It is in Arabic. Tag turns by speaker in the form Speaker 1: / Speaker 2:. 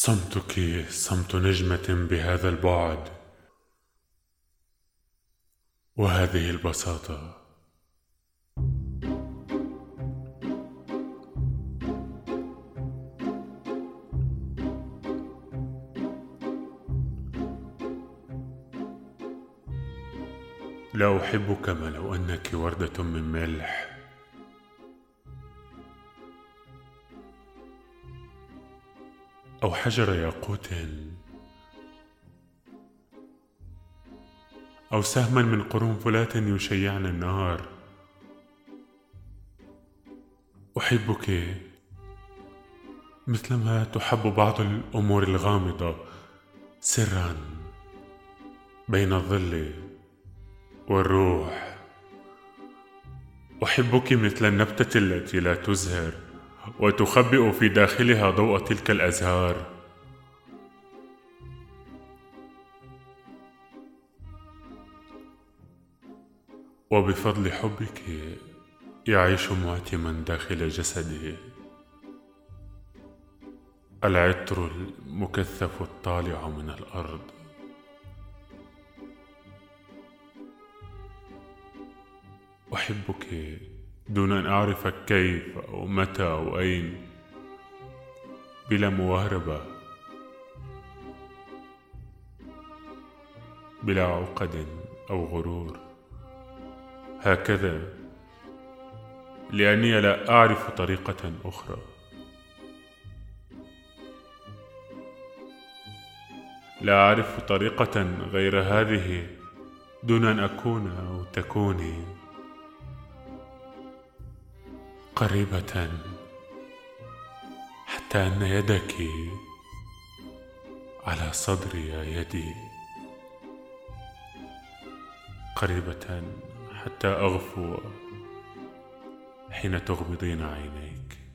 Speaker 1: صمتك صمت نجمة بهذا البعد وهذه البساطة. لا أحبك ما لو أنك وردة من ملح، أو حجر ياقوت، أو سهما من قرنفلات يشيعن النار. أحبك مثلما تحب بعض الأمور الغامضة سرا بين الظل والروح. أحبك مثل النبتة التي لا تزهر وتخبئ في داخلها ضوء تلك الأزهار. وبفضل حبك يعيش معتما داخل جسدي العطر المكثف الطالع من الأرض. أحبك دون أن أعرف كيف أو متى أو أين، بلا موهربة، بلا عقد أو غرور. هكذا لأني لا أعرف طريقة أخرى. لا أعرف طريقة غير هذه دون أن أكون أو تكوني قريبة، حتى أن يدك على صدري يا يدي، قريبة حتى أغفو حين تغمضين عينيك.